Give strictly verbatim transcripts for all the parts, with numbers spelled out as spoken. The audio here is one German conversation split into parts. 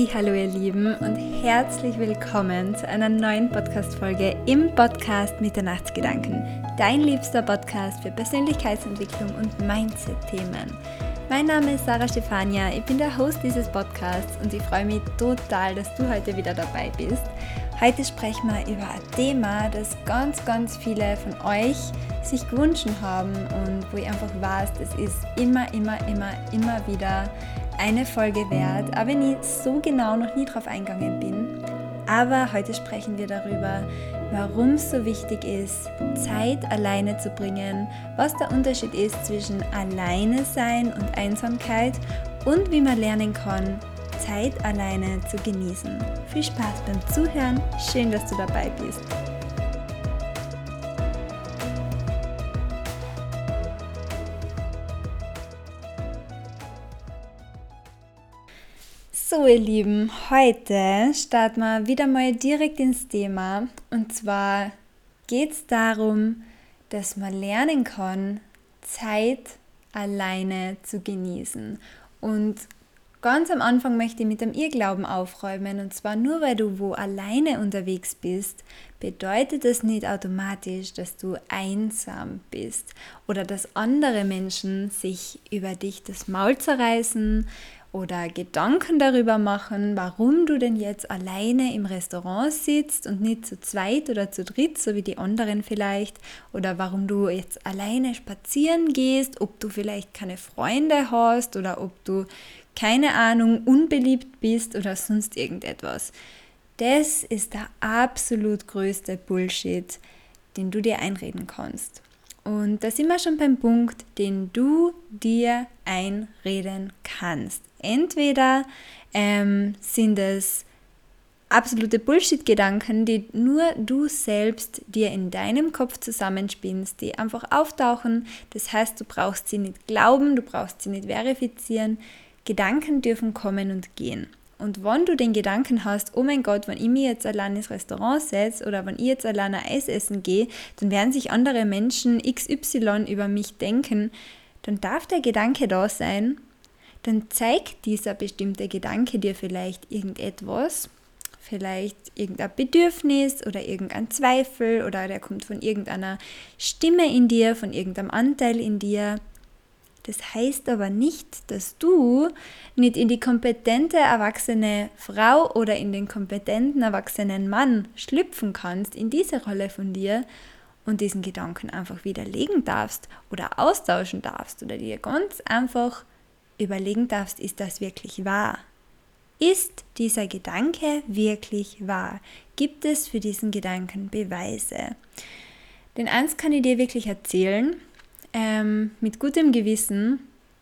Hallihallo ihr Lieben und herzlich willkommen zu einer neuen Podcast-Folge im Podcast Mitternachtsgedanken, dein liebster Podcast für Persönlichkeitsentwicklung und Mindset-Themen. Mein Name ist Sarah Stefania, ich bin der Host dieses Podcasts und ich freue mich total, dass du heute wieder dabei bist. Heute sprechen wir über ein Thema, das ganz, ganz viele von euch sich gewünscht haben und wo ich einfach weiß, das ist immer, immer, immer, immer wieder eine Folge wert, auch wenn ich so genau noch nie drauf eingegangen bin. Aber heute sprechen wir darüber, warum es so wichtig ist, Zeit alleine zu bringen, was der Unterschied ist zwischen Alleine sein und Einsamkeit und wie man lernen kann, Zeit alleine zu genießen. Viel Spaß beim Zuhören, schön, dass du dabei bist. So ihr Lieben, heute starten wir wieder mal direkt ins Thema und zwar geht es darum, dass man lernen kann, Zeit alleine zu genießen. Und ganz am Anfang möchte ich mit dem Irrglauben aufräumen und zwar nur weil du wo alleine unterwegs bist, bedeutet das nicht automatisch, dass du einsam bist oder dass andere Menschen sich über dich das Maul zerreißen oder Gedanken darüber machen, warum du denn jetzt alleine im Restaurant sitzt und nicht zu zweit oder zu dritt, so wie die anderen vielleicht, oder warum du jetzt alleine spazieren gehst, ob du vielleicht keine Freunde hast oder ob du, keine Ahnung, unbeliebt bist oder sonst irgendetwas. Das ist der absolut größte Bullshit, den du dir einreden kannst. Und da sind wir schon beim Punkt, den du dir einreden kannst. Entweder ähm, sind es absolute Bullshit-Gedanken, die nur du selbst dir in deinem Kopf zusammenspinnst, die einfach auftauchen. Das heißt, du brauchst sie nicht glauben, du brauchst sie nicht verifizieren. Gedanken dürfen kommen und gehen. Und wenn du den Gedanken hast, oh mein Gott, wenn ich mich jetzt allein ins Restaurant setze oder wenn ich jetzt allein ein Eis essen gehe, dann werden sich andere Menschen X Y über mich denken, dann darf der Gedanke da sein, dann zeigt dieser bestimmte Gedanke dir vielleicht irgendetwas, vielleicht irgendein Bedürfnis oder irgendein Zweifel oder der kommt von irgendeiner Stimme in dir, von irgendeinem Anteil in dir. Das heißt aber nicht, dass du nicht in die kompetente erwachsene Frau oder in den kompetenten erwachsenen Mann schlüpfen kannst, in diese Rolle von dir und diesen Gedanken einfach widerlegen darfst oder austauschen darfst oder dir ganz einfach überlegen darfst, ist das wirklich wahr? Ist dieser Gedanke wirklich wahr? Gibt es für diesen Gedanken Beweise? Denn eins kann ich dir wirklich erzählen, ähm, mit gutem Gewissen,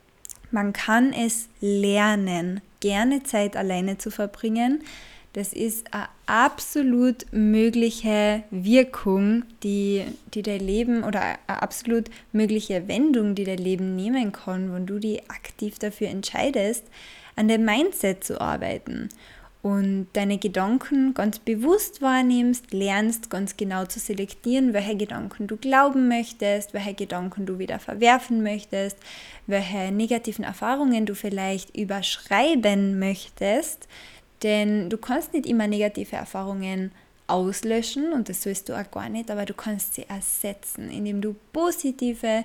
man kann es lernen, gerne Zeit alleine zu verbringen. Das ist eine absolut mögliche Wirkung, die, die dein Leben oder eine absolut mögliche Wendung, die dein Leben nehmen kann, wenn du dich aktiv dafür entscheidest, an dem Mindset zu arbeiten und deine Gedanken ganz bewusst wahrnimmst, lernst ganz genau zu selektieren, welche Gedanken du glauben möchtest, welche Gedanken du wieder verwerfen möchtest, welche negativen Erfahrungen du vielleicht überschreiben möchtest. Denn du kannst nicht immer negative Erfahrungen auslöschen und das sollst du auch gar nicht, aber du kannst sie ersetzen, indem du positive,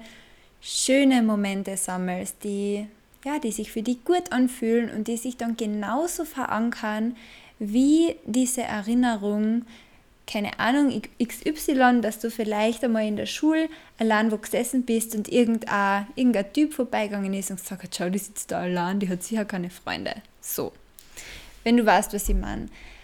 schöne Momente sammelst, die, ja, die sich für dich gut anfühlen und die sich dann genauso verankern wie diese Erinnerung, keine Ahnung, X Y, dass du vielleicht einmal in der Schule allein wo gesessen bist und irgendein, irgendein Typ vorbeigegangen ist und gesagt hat, schau, die sitzt da allein, die hat sicher keine Freunde. So. Wenn du weißt, was ich meine.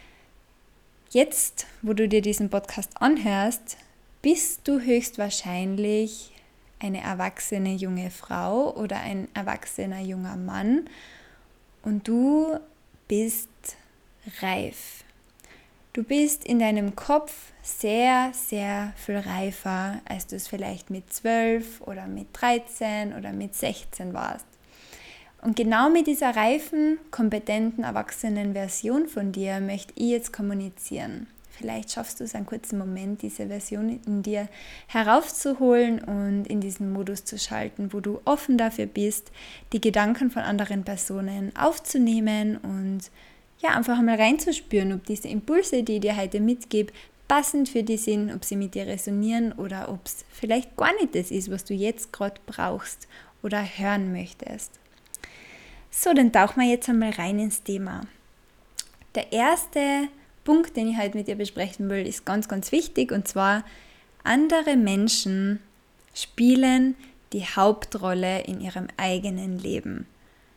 Jetzt, wo du dir diesen Podcast anhörst, bist du höchstwahrscheinlich eine erwachsene junge Frau oder ein erwachsener junger Mann und du bist reif. Du bist in deinem Kopf sehr, sehr viel reifer, als du es vielleicht mit zwölf oder mit dreizehn oder mit sechzehn warst. Und genau mit dieser reifen, kompetenten, erwachsenen Version von dir möchte ich jetzt kommunizieren. Vielleicht schaffst du es einen kurzen Moment, diese Version in dir heraufzuholen und in diesen Modus zu schalten, wo du offen dafür bist, die Gedanken von anderen Personen aufzunehmen und ja, einfach einmal reinzuspüren, ob diese Impulse, die ich dir heute mitgebe, passend für dich sind, ob sie mit dir resonieren oder ob es vielleicht gar nicht das ist, was du jetzt gerade brauchst oder hören möchtest. So, dann tauchen wir jetzt einmal rein ins Thema. Der erste Punkt, den ich heute mit dir besprechen will, ist ganz, ganz wichtig, und zwar: andere Menschen spielen die Hauptrolle in ihrem eigenen Leben.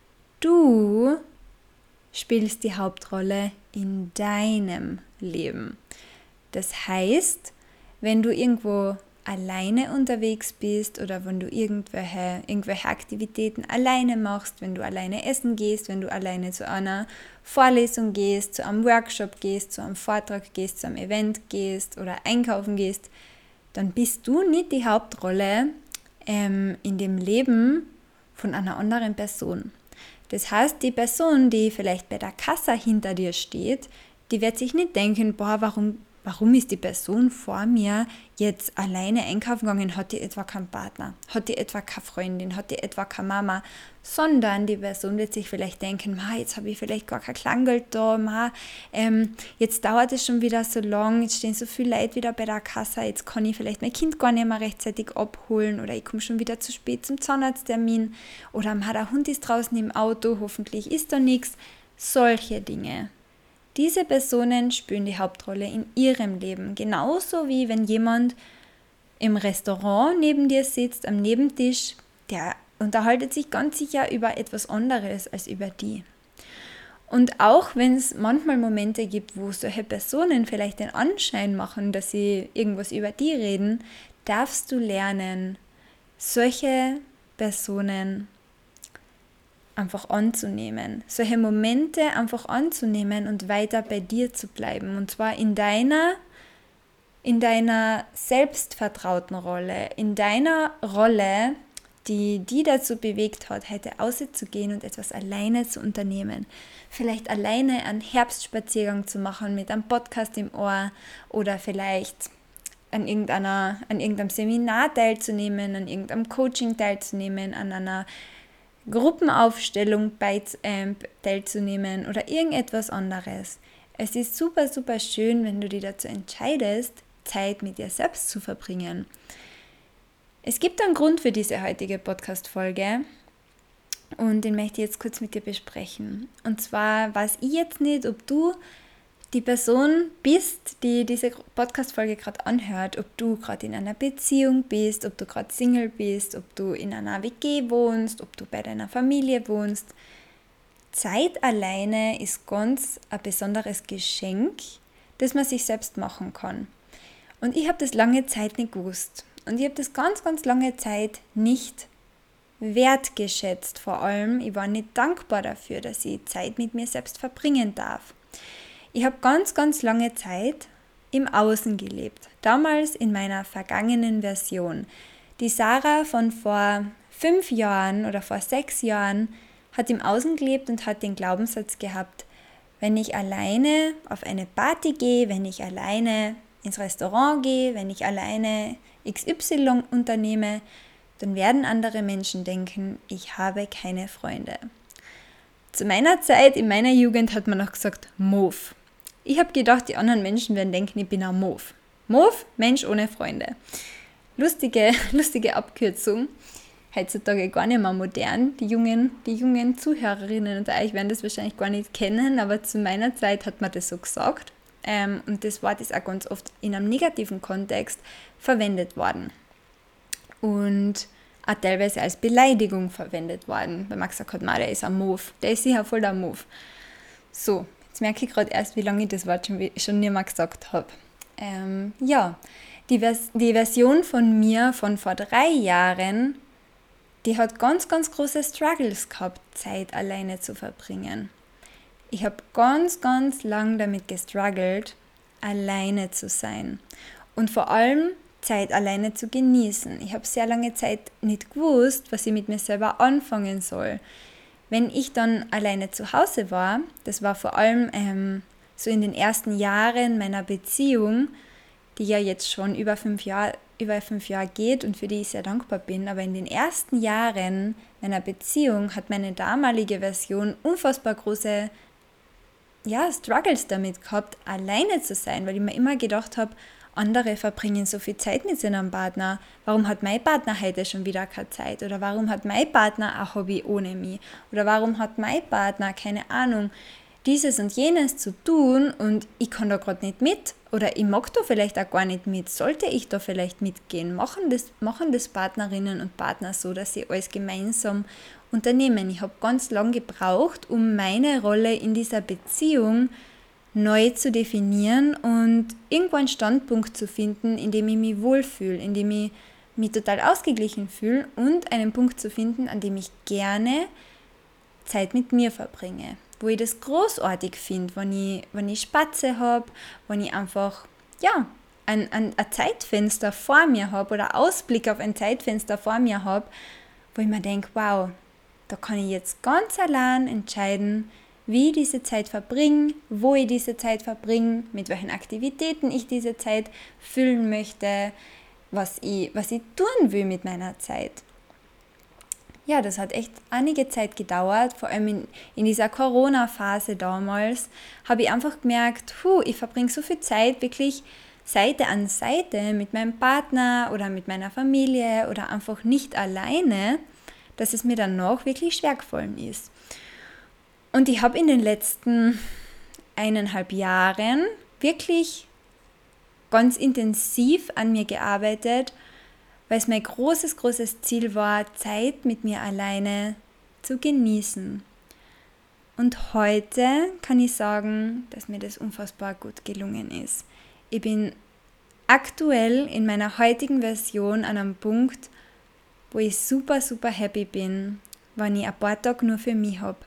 Du spielst die Hauptrolle in deinem Leben. Das heißt, wenn du irgendwo alleine unterwegs bist oder wenn du irgendwelche, irgendwelche Aktivitäten alleine machst, wenn du alleine essen gehst, wenn du alleine zu einer Vorlesung gehst, zu einem Workshop gehst, zu einem Vortrag gehst, zu einem Event gehst oder einkaufen gehst, dann bist du nicht die Hauptrolle ähm, in dem Leben von einer anderen Person. Das heißt, die Person, die vielleicht bei der Kasse hinter dir steht, die wird sich nicht denken, boah, warum, warum ist die Person vor mir jetzt alleine einkaufen gegangen, hat die etwa keinen Partner, hat die etwa keine Freundin, hat die etwa keine Mama, sondern die Person wird sich vielleicht denken, ma, jetzt habe ich vielleicht gar kein Kleingeld da, ma, ähm, jetzt dauert es schon wieder so lang, jetzt stehen so viele Leute wieder bei der Kasse, jetzt kann ich vielleicht mein Kind gar nicht mehr rechtzeitig abholen oder ich komme schon wieder zu spät zum Zahnarzttermin oder ma, der Hund ist draußen im Auto, hoffentlich ist da nichts, solche Dinge. Diese Personen spielen die Hauptrolle in ihrem Leben, genauso wie wenn jemand im Restaurant neben dir sitzt, am Nebentisch, der unterhaltet sich ganz sicher über etwas anderes als über die. Und auch wenn es manchmal Momente gibt, wo solche Personen vielleicht den Anschein machen, dass sie irgendwas über die reden, darfst du lernen, solche Personen einfach anzunehmen, solche Momente einfach anzunehmen und weiter bei dir zu bleiben. Und zwar in deiner, in deiner selbstvertrauten Rolle, in deiner Rolle, die die dazu bewegt hat, heute rauszugehen und etwas alleine zu unternehmen. Vielleicht alleine einen Herbstspaziergang zu machen mit einem Podcast im Ohr oder vielleicht an, irgendeiner, an irgendeinem Seminar teilzunehmen, an irgendeinem Coaching teilzunehmen, an einer Gruppenaufstellung bei, äh, teilzunehmen oder irgendetwas anderes. Es ist super, super schön, wenn du dich dazu entscheidest, Zeit mit dir selbst zu verbringen. Es gibt einen Grund für diese heutige Podcast-Folge und den möchte ich jetzt kurz mit dir besprechen. Und zwar weiß ich jetzt nicht, ob du die Person bist, die diese Podcast-Folge gerade anhört, ob du gerade in einer Beziehung bist, ob du gerade Single bist, ob du in einer W G wohnst, ob du bei deiner Familie wohnst. Zeit alleine ist ganz ein besonderes Geschenk, das man sich selbst machen kann. Und ich habe das lange Zeit nicht gewusst. Und ich habe das ganz, ganz lange Zeit nicht wertgeschätzt. Vor allem, ich war nicht dankbar dafür, dass ich Zeit mit mir selbst verbringen darf. Ich habe ganz, ganz lange Zeit im Außen gelebt. Damals in meiner vergangenen Version. Die Sarah von vor fünf Jahren oder vor sechs Jahren hat im Außen gelebt und hat den Glaubenssatz gehabt, wenn ich alleine auf eine Party gehe, wenn ich alleine ins Restaurant gehe, wenn ich alleine X Y unternehme, dann werden andere Menschen denken, ich habe keine Freunde. Zu meiner Zeit, in meiner Jugend, hat man noch gesagt, Moof. Ich habe gedacht, die anderen Menschen werden denken, ich bin ein Moof. Moof, Mensch ohne Freunde. Lustige, lustige Abkürzung. Heutzutage gar nicht mehr modern. Die jungen, die jungen Zuhörerinnen unter euch werden das wahrscheinlich gar nicht kennen, aber zu meiner Zeit hat man das so gesagt. Ähm, und das Wort ist auch ganz oft in einem negativen Kontext verwendet worden. Und auch teilweise als Beleidigung verwendet worden, weil man gesagt hat, der ist ein Moof, der ist sicher voll der Moof. So, jetzt merke ich gerade erst, wie lange ich das Wort schon, schon nicht mehr gesagt habe. Ähm, ja, die, Vers- die Version von mir von vor drei Jahren, die hat ganz, ganz große Struggles gehabt, Zeit alleine zu verbringen. Ich habe ganz, ganz lang damit gestruggelt, alleine zu sein und vor allem Zeit alleine zu genießen. Ich habe sehr lange Zeit nicht gewusst, was ich mit mir selber anfangen soll. Wenn ich dann alleine zu Hause war, das war vor allem ähm, so in den ersten Jahren meiner Beziehung, die ja jetzt schon über fünf Jahre, über fünf Jahre geht und für die ich sehr dankbar bin, aber in den ersten Jahren meiner Beziehung hat meine damalige Version unfassbar große ja, Struggles damit gehabt, alleine zu sein, weil ich mir immer gedacht habe, andere verbringen so viel Zeit mit seinem Partner. Warum hat mein Partner heute schon wieder keine Zeit? Oder warum hat mein Partner ein Hobby ohne mich? Oder warum hat mein Partner, keine Ahnung, dieses und jenes zu tun und ich kann da gerade nicht mit? Oder ich mag da vielleicht auch gar nicht mit. Sollte ich da vielleicht mitgehen? Machen das, machen das Partnerinnen und Partner so, dass sie alles gemeinsam unternehmen? Ich habe ganz lange gebraucht, um meine Rolle in dieser Beziehung neu zu definieren und irgendwo einen Standpunkt zu finden, in dem ich mich wohlfühle, in dem ich mich total ausgeglichen fühle und einen Punkt zu finden, an dem ich gerne Zeit mit mir verbringe, wo ich das großartig finde, wenn ich, wenn ich Spaze habe, wenn ich einfach ja, ein, ein, ein Zeitfenster vor mir habe oder Ausblick auf ein Zeitfenster vor mir habe, wo ich mir denke, wow, da kann ich jetzt ganz allein entscheiden, wie ich diese Zeit verbringe, wo ich diese Zeit verbringe, mit welchen Aktivitäten ich diese Zeit füllen möchte, was ich, was ich tun will mit meiner Zeit. Ja, das hat echt einige Zeit gedauert, vor allem in, in dieser Corona-Phase damals, habe ich einfach gemerkt, hu, ich verbringe so viel Zeit wirklich Seite an Seite mit meinem Partner oder mit meiner Familie oder einfach nicht alleine, dass es mir danach wirklich schwer gefallen ist. Und ich habe in den letzten eineinhalb Jahren wirklich ganz intensiv an mir gearbeitet, weil es mein großes, großes Ziel war, Zeit mit mir alleine zu genießen. Und heute kann ich sagen, dass mir das unfassbar gut gelungen ist. Ich bin aktuell in meiner heutigen Version an einem Punkt, wo ich super, super happy bin, wenn ich ein paar Tage nur für mich habe.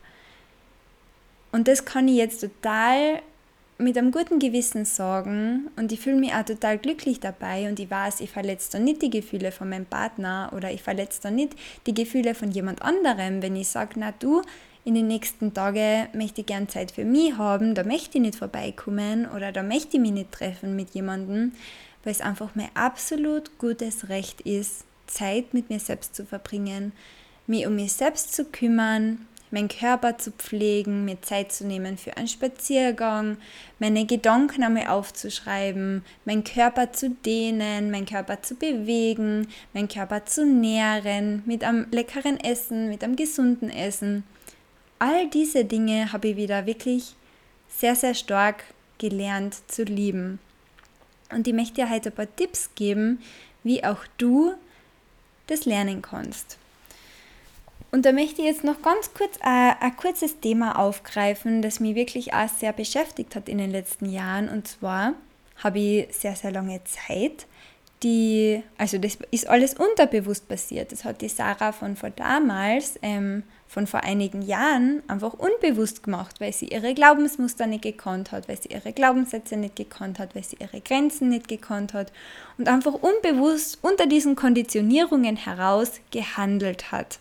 Und das kann ich jetzt total mit einem guten Gewissen sagen und ich fühle mich auch total glücklich dabei und ich weiß, ich verletze da nicht die Gefühle von meinem Partner oder ich verletze da nicht die Gefühle von jemand anderem, wenn ich sage, na du, in den nächsten Tagen möchte ich gerne Zeit für mich haben, da möchte ich nicht vorbeikommen oder da möchte ich mich nicht treffen mit jemandem, weil es einfach mein absolut gutes Recht ist, Zeit mit mir selbst zu verbringen, mich um mich selbst zu kümmern, meinen Körper zu pflegen, mir Zeit zu nehmen für einen Spaziergang, meine Gedanken einmal aufzuschreiben, meinen Körper zu dehnen, meinen Körper zu bewegen, meinen Körper zu nähren, mit einem leckeren Essen, mit einem gesunden Essen. All diese Dinge habe ich wieder wirklich sehr, sehr stark gelernt zu lieben. Und ich möchte dir heute ein paar Tipps geben, wie auch du das lernen kannst. Und da möchte ich jetzt noch ganz kurz ein, ein kurzes Thema aufgreifen, das mich wirklich auch sehr beschäftigt hat in den letzten Jahren. Und zwar habe ich sehr, sehr lange Zeit, die, also das ist alles unterbewusst passiert. Das hat die Sarah von vor damals, ähm, von vor einigen Jahren einfach unbewusst gemacht, weil sie ihre Glaubensmuster nicht gekannt hat, weil sie ihre Glaubenssätze nicht gekannt hat, weil sie ihre Grenzen nicht gekannt hat und einfach unbewusst unter diesen Konditionierungen heraus gehandelt hat.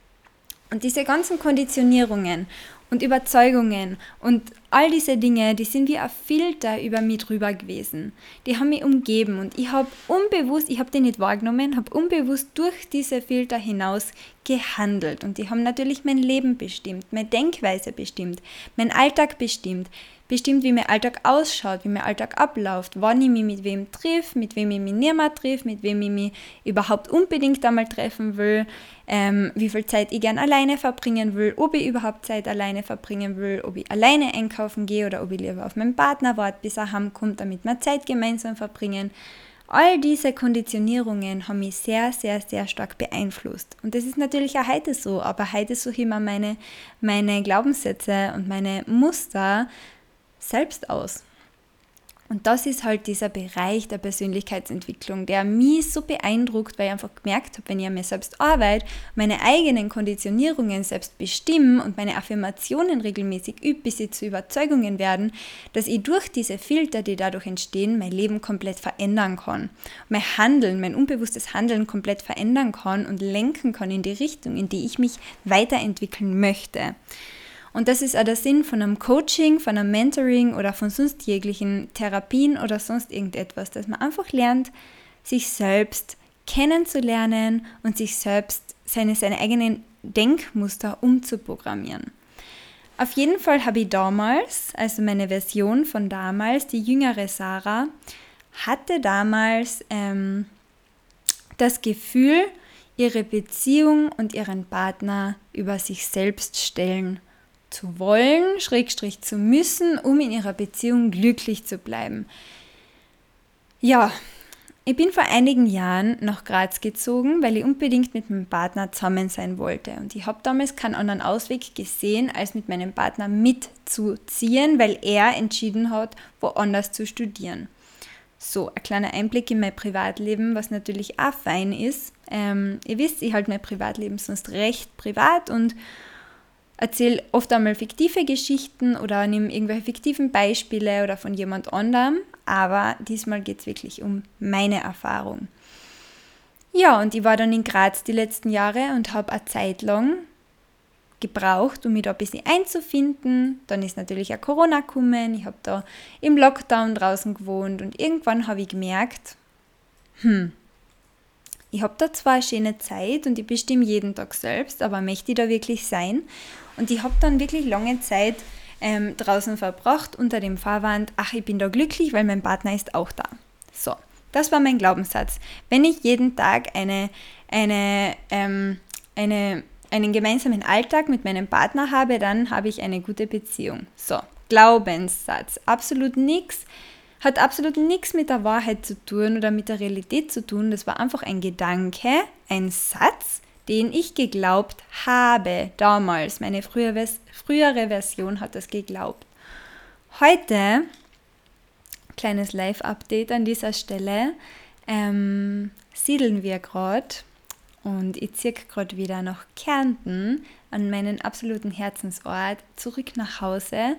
Und diese ganzen Konditionierungen und Überzeugungen und all diese Dinge, die sind wie ein Filter über mich drüber gewesen. Die haben mich umgeben und ich habe unbewusst, ich habe die nicht wahrgenommen, habe unbewusst durch diese Filter hinaus gehandelt. Und die haben natürlich mein Leben bestimmt, meine Denkweise bestimmt, meinen Alltag bestimmt, bestimmt, wie mein Alltag ausschaut, wie mein Alltag abläuft, wann ich mich mit wem triff, mit wem ich mich nicht mehr triff, mit wem ich mich überhaupt unbedingt einmal treffen will, ähm, wie viel Zeit ich gern alleine verbringen will, ob ich überhaupt Zeit alleine verbringen will, ob ich alleine einkaufen gehe oder ob ich lieber auf meinen Partner warte, bis er heimkommt, damit wir Zeit gemeinsam verbringen. All diese Konditionierungen haben mich sehr, sehr, sehr stark beeinflusst. Und das ist natürlich auch heute so, aber heute suche ich mir meine, meine Glaubenssätze und meine Muster selbst aus. Und das ist halt dieser Bereich der Persönlichkeitsentwicklung, der mich so beeindruckt, weil ich einfach gemerkt habe, wenn ich an mir selbst arbeite, meine eigenen Konditionierungen selbst bestimme und meine Affirmationen regelmäßig übe, bis sie zu Überzeugungen werden, dass ich durch diese Filter, die dadurch entstehen, mein Leben komplett verändern kann. Mein Handeln, mein unbewusstes Handeln komplett verändern kann und lenken kann in die Richtung, in die ich mich weiterentwickeln möchte. Und das ist auch der Sinn von einem Coaching, von einem Mentoring oder von sonst jeglichen Therapien oder sonst irgendetwas, dass man einfach lernt, sich selbst kennenzulernen und sich selbst seine, seine eigenen Denkmuster umzuprogrammieren. Auf jeden Fall habe ich damals, also meine Version von damals, die jüngere Sarah, hatte damals ähm, das Gefühl, ihre Beziehung und ihren Partner über sich selbst stellen zu wollen, Schrägstrich zu müssen, um in ihrer Beziehung glücklich zu bleiben. Ja, ich bin vor einigen Jahren nach Graz gezogen, weil ich unbedingt mit meinem Partner zusammen sein wollte. Und ich habe damals keinen anderen Ausweg gesehen, als mit meinem Partner mitzuziehen, weil er entschieden hat, woanders zu studieren. So, ein kleiner Einblick in mein Privatleben, was natürlich auch fein ist. Ähm, ihr wisst, ich halte mein Privatleben sonst recht privat und erzähle oft einmal fiktive Geschichten oder nehme irgendwelche fiktiven Beispiele oder von jemand anderem, aber diesmal geht es wirklich um meine Erfahrung. Ja, und ich war dann in Graz die letzten Jahre und habe eine Zeit lang gebraucht, um mich da ein bisschen einzufinden. Dann ist natürlich auch Corona gekommen, ich habe da im Lockdown draußen gewohnt und irgendwann habe ich gemerkt, hm, ich habe da zwar eine schöne Zeit und ich bestimme jeden Tag selbst, aber möchte ich da wirklich sein? Und ich habe dann wirklich lange Zeit ähm, draußen verbracht unter dem Vorwand, ach, ich bin da glücklich, weil mein Partner ist auch da. So, das war mein Glaubenssatz. Wenn ich jeden Tag eine, eine, ähm, eine, einen gemeinsamen Alltag mit meinem Partner habe, dann habe ich eine gute Beziehung. So, Glaubenssatz, absolut nichts. Hat absolut nichts mit der Wahrheit zu tun oder mit der Realität zu tun. Das war einfach ein Gedanke, ein Satz, den ich geglaubt habe damals. Meine frühere, frühere Version hat das geglaubt. Heute, kleines Live-Update an dieser Stelle, ähm, siedeln wir gerade und ich ziehe gerade wieder nach Kärnten an meinen absoluten Herzensort zurück nach Hause.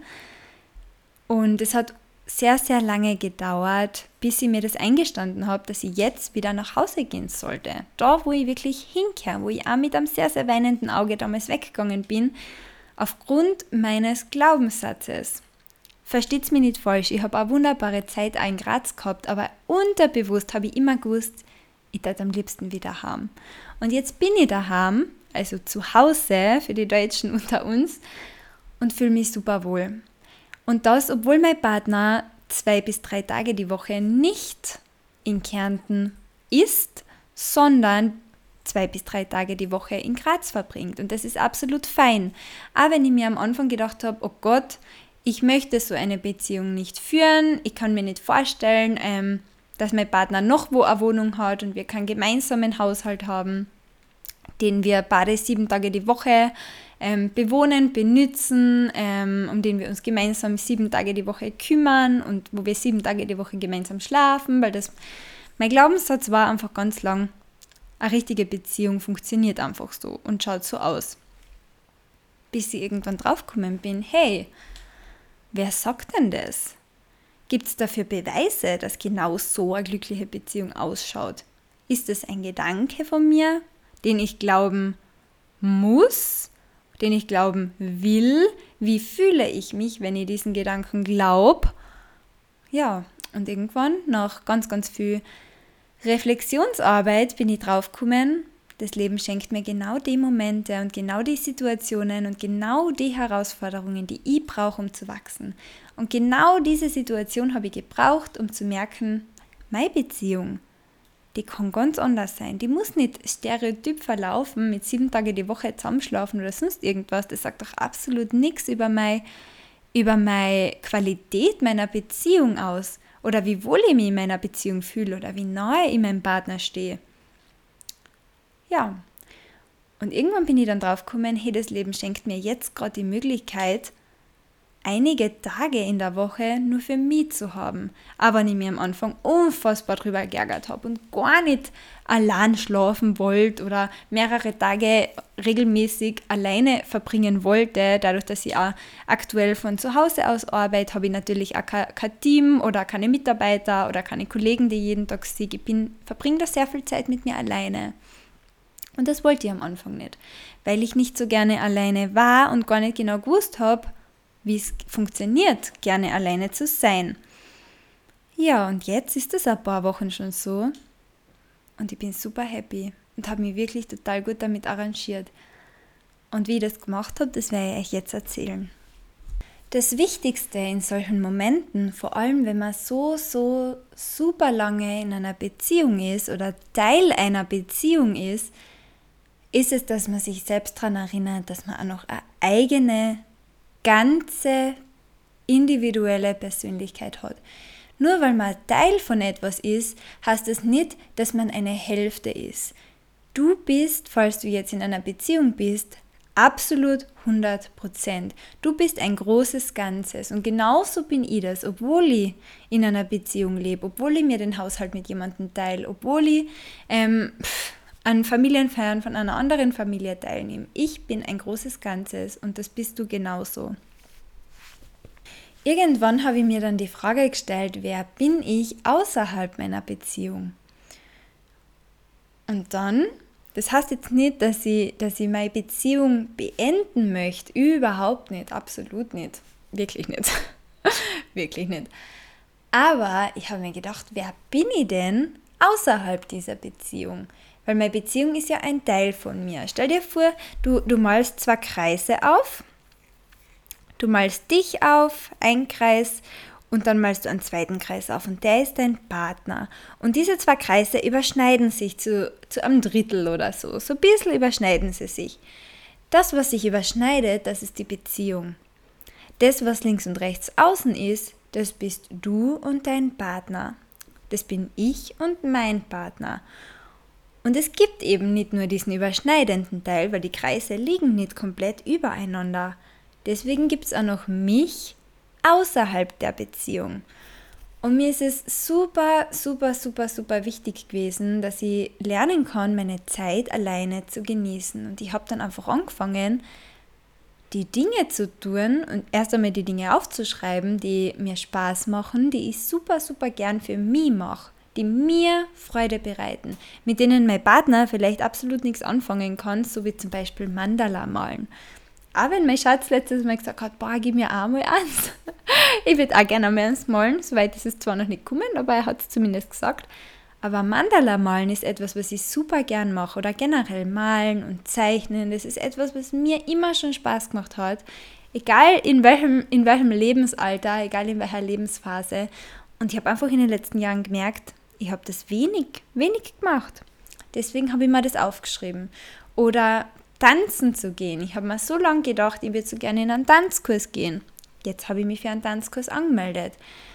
Und es hat sehr, sehr lange gedauert, bis ich mir das eingestanden habe, dass ich jetzt wieder nach Hause gehen sollte. Da, wo ich wirklich hinkehre, wo ich auch mit einem sehr, sehr weinenden Auge damals weggegangen bin, aufgrund meines Glaubenssatzes. Versteht's mich nicht falsch, ich habe eine wunderbare Zeit auch in Graz gehabt, aber unterbewusst habe ich immer gewusst, ich würde am liebsten wieder heim. Und jetzt bin ich daheim, also zu Hause für die Deutschen unter uns, und fühle mich super wohl. Und das, obwohl mein Partner zwei bis drei Tage die Woche nicht in Kärnten ist, sondern zwei bis drei Tage die Woche in Graz verbringt. Und das ist absolut fein. Aber wenn ich mir am Anfang gedacht habe, oh Gott, ich möchte so eine Beziehung nicht führen, ich kann mir nicht vorstellen, ähm, dass mein Partner noch wo eine Wohnung hat und wir keinen gemeinsamen Haushalt haben, den wir beide sieben Tage die Woche ähm, bewohnen, benützen, ähm, um den wir uns gemeinsam sieben Tage die Woche kümmern und wo wir sieben Tage die Woche gemeinsam schlafen, weil das, mein Glaubenssatz war einfach ganz lang, eine richtige Beziehung funktioniert einfach so und schaut so aus. Bis ich irgendwann draufgekommen bin, hey, wer sagt denn das? Gibt es dafür Beweise, dass genau so eine glückliche Beziehung ausschaut? Ist es ein Gedanke von mir, den ich glauben muss, den ich glauben will? Wie fühle ich mich, wenn ich diesen Gedanken glaube? Ja, und irgendwann, nach ganz, ganz viel Reflexionsarbeit, bin ich draufgekommen, das Leben schenkt mir genau die Momente und genau die Situationen und genau die Herausforderungen, die ich brauche, um zu wachsen. Und genau diese Situation habe ich gebraucht, um zu merken, meine Beziehung, die kann ganz anders sein. Die muss nicht stereotyp verlaufen, mit sieben Tage die Woche zusammenschlafen oder sonst irgendwas. Das sagt doch absolut nichts über meine, über meine Qualität meiner Beziehung aus oder wie wohl ich mich in meiner Beziehung fühle oder wie nahe ich meinem Partner stehe. Ja, und irgendwann bin ich dann drauf gekommen, hey, das Leben schenkt mir jetzt gerade die Möglichkeit, einige Tage in der Woche nur für mich zu haben. Aber wenn ich mir am Anfang unfassbar drüber geärgert habe und gar nicht allein schlafen wollte oder mehrere Tage regelmäßig alleine verbringen wollte, dadurch, dass ich auch aktuell von zu Hause aus arbeite, habe ich natürlich auch kein, kein Team oder keine Mitarbeiter oder keine Kollegen, die ich jeden Tag sehe. Ich bin, verbringe da sehr viel Zeit mit mir alleine. Und das wollte ich am Anfang nicht, weil ich nicht so gerne alleine war und gar nicht genau gewusst habe, wie es funktioniert, gerne alleine zu sein. Ja, und jetzt ist es ein paar Wochen schon so und ich bin super happy und habe mich wirklich total gut damit arrangiert. Und wie ich das gemacht habe, das werde ich euch jetzt erzählen. Das Wichtigste in solchen Momenten, vor allem wenn man so, so super lange in einer Beziehung ist oder Teil einer Beziehung ist, ist es, dass man sich selbst daran erinnert, dass man auch noch eine eigene, ganze, individuelle Persönlichkeit hat. Nur weil man Teil von etwas ist, heißt es nicht, dass man eine Hälfte ist. Du bist, falls du jetzt in einer Beziehung bist, absolut hundert Prozent. Du bist ein großes Ganzes und genauso bin ich das, obwohl ich in einer Beziehung lebe, obwohl ich mir den Haushalt mit jemandem teile, obwohl ich ähm, an Familienfeiern von einer anderen Familie teilnehme. Ich bin ein großes Ganzes und das bist du genauso. Irgendwann habe ich mir dann die Frage gestellt, wer bin ich außerhalb meiner Beziehung? Und dann, das heißt jetzt nicht, dass ich, dass ich meine Beziehung beenden möchte, überhaupt nicht, absolut nicht, wirklich nicht, wirklich nicht. Aber ich habe mir gedacht, wer bin ich denn außerhalb dieser Beziehung? Weil meine Beziehung ist ja ein Teil von mir. Stell dir vor, du, du malst zwei Kreise auf. Du malst dich auf, ein Kreis, und dann malst du einen zweiten Kreis auf und der ist dein Partner. Und diese zwei Kreise überschneiden sich zu, zu einem Drittel oder so. So ein bisschen überschneiden sie sich. Das, was sich überschneidet, das ist die Beziehung. Das, was links und rechts außen ist, das bist du und dein Partner. Das bin ich und mein Partner. Und es gibt eben nicht nur diesen überschneidenden Teil, weil die Kreise liegen nicht komplett übereinander. Deswegen gibt es auch noch mich außerhalb der Beziehung. Und mir ist es super, super, super, super wichtig gewesen, dass ich lernen kann, meine Zeit alleine zu genießen. Und ich habe dann einfach angefangen, die Dinge zu tun und erst einmal die Dinge aufzuschreiben, die mir Spaß machen, die ich super, super gern für mich mache, die mir Freude bereiten, mit denen mein Partner vielleicht absolut nichts anfangen kann, so wie zum Beispiel Mandala malen. Auch wenn mein Schatz letztes Mal gesagt hat, boah, gib mir auch mal eins. Ich würde auch gerne mal eins malen, soweit ist es zwar noch nicht gekommen, aber er hat es zumindest gesagt. Aber Mandala malen ist etwas, was ich super gern mache, oder generell malen und zeichnen, das ist etwas, was mir immer schon Spaß gemacht hat, egal in welchem, in welchem Lebensalter, egal in welcher Lebensphase. Und ich habe einfach in den letzten Jahren gemerkt, ich habe das wenig, wenig gemacht. Deswegen habe ich mir das aufgeschrieben. Oder tanzen zu gehen. Ich habe mir so lange gedacht, ich würde so gerne in einen Tanzkurs gehen. Jetzt habe ich mich für einen Tanzkurs angemeldet.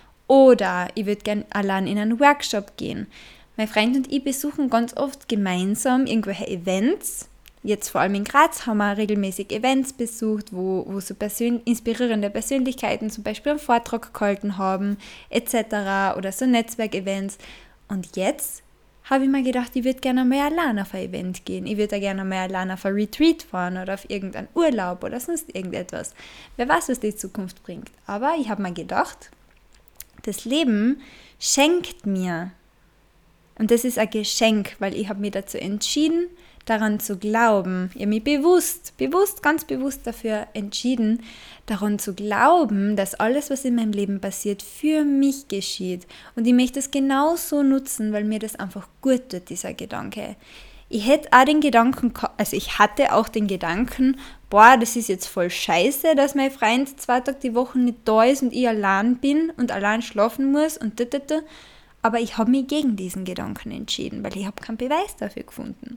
Oder ich würde gerne allein in einen Workshop gehen. Mein Freund und ich besuchen ganz oft gemeinsam irgendwelche Events. Jetzt vor allem in Graz haben wir regelmäßig Events besucht, wo, wo so persön- inspirierende Persönlichkeiten zum Beispiel einen Vortrag gehalten haben, et cetera. Oder so Netzwerkevents. Und jetzt habe ich mir gedacht, ich würde gerne mal allein auf ein Event gehen. Ich würde gerne mal allein auf ein Retreat fahren oder auf irgendeinen Urlaub oder sonst irgendetwas. Wer weiß, was die Zukunft bringt. Aber ich habe mir gedacht, das Leben schenkt mir. Und das ist ein Geschenk, weil ich habe mich dazu entschieden, daran zu glauben. Ich habe mich bewusst, bewusst, ganz bewusst dafür entschieden, daran zu glauben, dass alles, was in meinem Leben passiert, für mich geschieht. Und ich möchte es genauso nutzen, weil mir das einfach gut tut, dieser Gedanke. Ich hätte auch den Gedanken, also ich hatte auch den Gedanken, boah, das ist jetzt voll scheiße, dass mein Freund zwei Tage die Woche nicht da ist und ich allein bin und allein schlafen muss und da, da, da. Aber ich habe mich gegen diesen Gedanken entschieden, weil ich habe keinen Beweis dafür gefunden.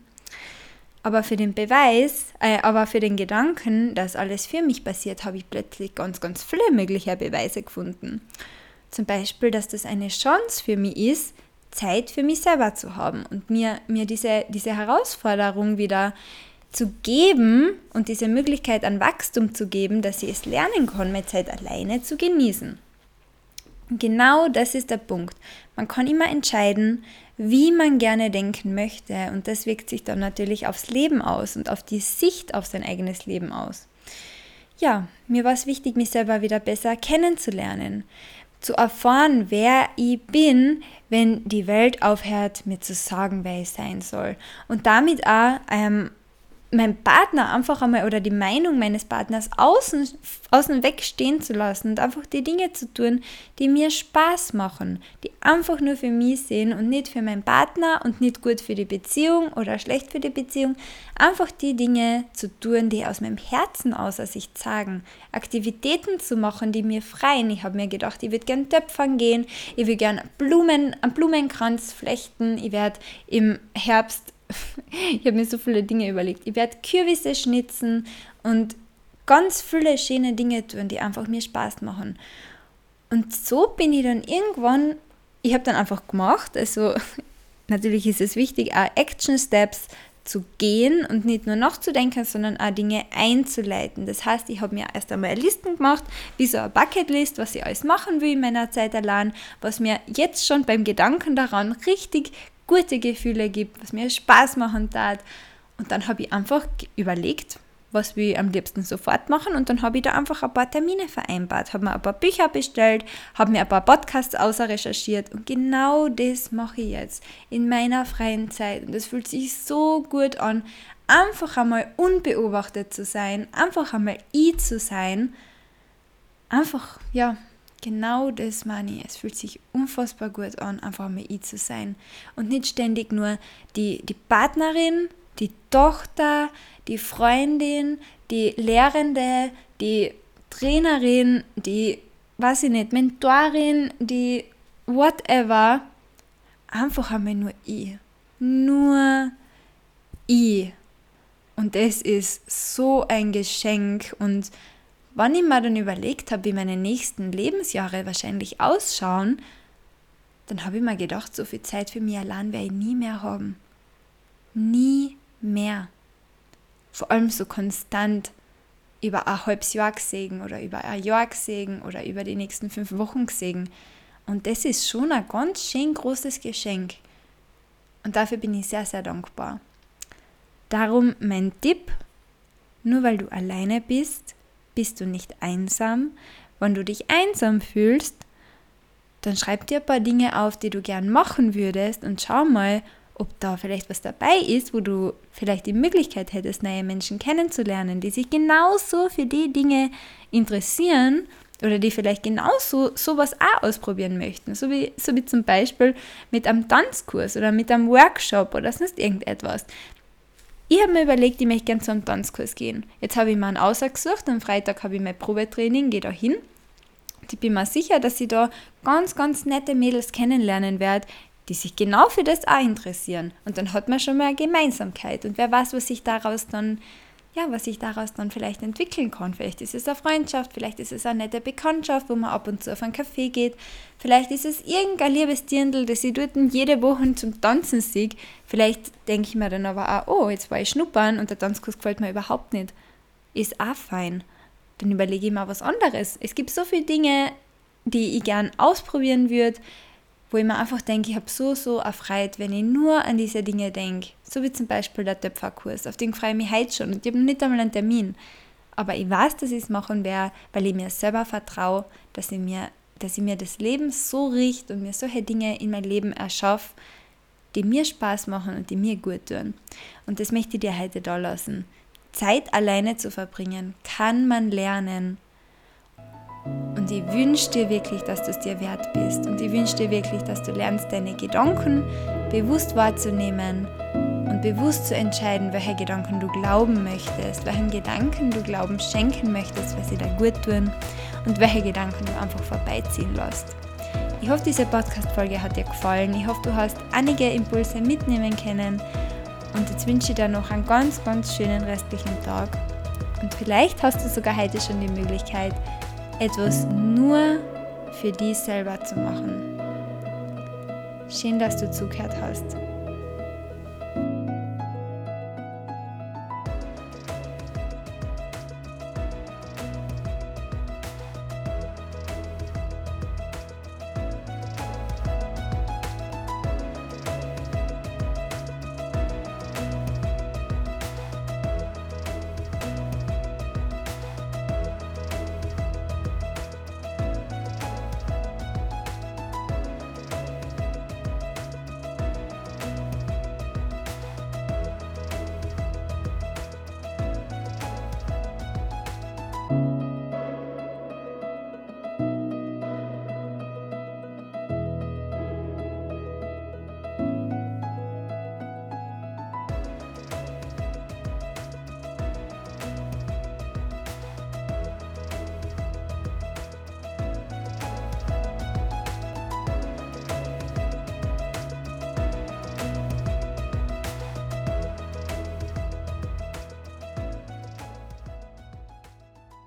Aber für den Beweis, äh, aber für den Gedanken, dass alles für mich passiert, habe ich plötzlich ganz, ganz viele mögliche Beweise gefunden. Zum Beispiel, dass das eine Chance für mich ist, Zeit für mich selber zu haben und mir, mir diese, diese Herausforderung wieder zu geben und diese Möglichkeit an Wachstum zu geben, dass ich es lernen kann, meine Zeit alleine zu genießen. Und genau das ist der Punkt. Man kann immer entscheiden, wie man gerne denken möchte, und das wirkt sich dann natürlich aufs Leben aus und auf die Sicht auf sein eigenes Leben aus. Ja, mir war es wichtig, mich selber wieder besser kennenzulernen, zu erfahren, wer ich bin, wenn die Welt aufhört, mir zu sagen, wer ich sein soll. Und damit auch ähm, meinen Partner einfach einmal oder die Meinung meines Partners außen, außen weg stehen zu lassen und einfach die Dinge zu tun, die mir Spaß machen, die einfach nur für mich sind und nicht für meinen Partner und nicht gut für die Beziehung oder schlecht für die Beziehung. Einfach die Dinge zu tun, die aus meinem Herzen aus sich sagen. Aktivitäten zu machen, die mir freuen. Ich habe mir gedacht, ich würde gerne töpfern gehen, ich würde gerne Blumen, einen Blumenkranz flechten, ich werde im Herbst ich habe mir so viele Dinge überlegt. Ich werde Kürbisse schnitzen und ganz viele schöne Dinge tun, die einfach mir Spaß machen. Und so bin ich dann irgendwann, ich habe dann einfach gemacht, also natürlich ist es wichtig, auch Action Steps zu gehen und nicht nur nachzudenken, sondern auch Dinge einzuleiten. Das heißt, ich habe mir erst einmal eine Liste gemacht, wie so eine Bucketlist, was ich alles machen will in meiner Zeit allein, was mir jetzt schon beim Gedanken daran richtig gute Gefühle gibt, was mir Spaß machen tat. Und dann habe ich einfach überlegt, was will ich am liebsten sofort machen, und dann habe ich da einfach ein paar Termine vereinbart, habe mir ein paar Bücher bestellt, habe mir ein paar Podcasts außer recherchiert, und genau das mache ich jetzt in meiner freien Zeit, und das fühlt sich so gut an, einfach einmal unbeobachtet zu sein, einfach einmal ich zu sein, einfach, ja, genau das meine ich. Es fühlt sich unfassbar gut an, einfach mal ich zu sein. Und nicht ständig nur die, die Partnerin, die Tochter, die Freundin, die Lehrende, die Trainerin, die, weiß ich nicht, Mentorin, die whatever. Einfach einmal nur ich. Nur ich. Und das ist so ein Geschenk. Und wenn ich mir dann überlegt habe, wie meine nächsten Lebensjahre wahrscheinlich ausschauen, dann habe ich mir gedacht, so viel Zeit für mich allein werde ich nie mehr haben. Nie mehr. Vor allem so konstant über ein halbes Jahr gesehen oder über ein Jahr gesehen oder über die nächsten fünf Wochen gesehen. Und das ist schon ein ganz schön großes Geschenk. Und dafür bin ich sehr, sehr dankbar. Darum mein Tipp, nur weil du alleine bist, bist du nicht einsam. Wenn du dich einsam fühlst, dann schreib dir ein paar Dinge auf, die du gern machen würdest, und schau mal, ob da vielleicht was dabei ist, wo du vielleicht die Möglichkeit hättest, neue Menschen kennenzulernen, die sich genauso für die Dinge interessieren oder die vielleicht genauso sowas auch ausprobieren möchten. So wie, so wie zum Beispiel mit einem Tanzkurs oder mit einem Workshop oder sonst irgendetwas. Ich habe mir überlegt, ich möchte gerne zu einem Tanzkurs gehen. Jetzt habe ich mir einen ausgesucht, am Freitag habe ich mein Probetraining, gehe da hin. Und ich bin mir sicher, dass ich da ganz, ganz nette Mädels kennenlernen werde, die sich genau für das auch interessieren. Und dann hat man schon mal eine Gemeinsamkeit. Und wer weiß, was sich daraus dann, ja, was sich daraus dann vielleicht entwickeln kann. Vielleicht ist es eine Freundschaft, vielleicht ist es eine nette Bekanntschaft, wo man ab und zu auf einen Café geht. Vielleicht ist es irgendein liebes Dirndl, das ich dort jede Woche zum Tanzen sehe. Vielleicht denke ich mir dann aber auch, oh, jetzt war ich schnuppern und der Tanzkurs gefällt mir überhaupt nicht. Ist auch fein. Dann überlege ich mir was anderes. Es gibt so viele Dinge, die ich gern ausprobieren würde, wo ich mir einfach denke, ich habe so, so erfreut, wenn ich nur an diese Dinge denke. So wie zum Beispiel der Töpferkurs, auf den freue ich mich heute schon, und ich habe noch nicht einmal einen Termin. Aber ich weiß, dass ich es machen werde, weil ich mir selber vertraue, dass ich mir, dass ich mir das Leben so richte und mir solche Dinge in mein Leben erschaffe, die mir Spaß machen und die mir gut tun. Und das möchte ich dir heute da lassen. Zeit alleine zu verbringen, kann man lernen. Und ich wünsche dir wirklich, dass du es dir wert bist. Und ich wünsche dir wirklich, dass du lernst, deine Gedanken bewusst wahrzunehmen und bewusst zu entscheiden, welche Gedanken du glauben möchtest, welchen Gedanken du Glauben schenken möchtest, weil sie dir gut tun, und welche Gedanken du einfach vorbeiziehen lässt. Ich hoffe, diese Podcast-Folge hat dir gefallen. Ich hoffe, du hast einige Impulse mitnehmen können. Und jetzt wünsche ich dir noch einen ganz, ganz schönen restlichen Tag. Und vielleicht hast du sogar heute schon die Möglichkeit, etwas nur für dich selber zu machen. Schön, dass du zugehört hast.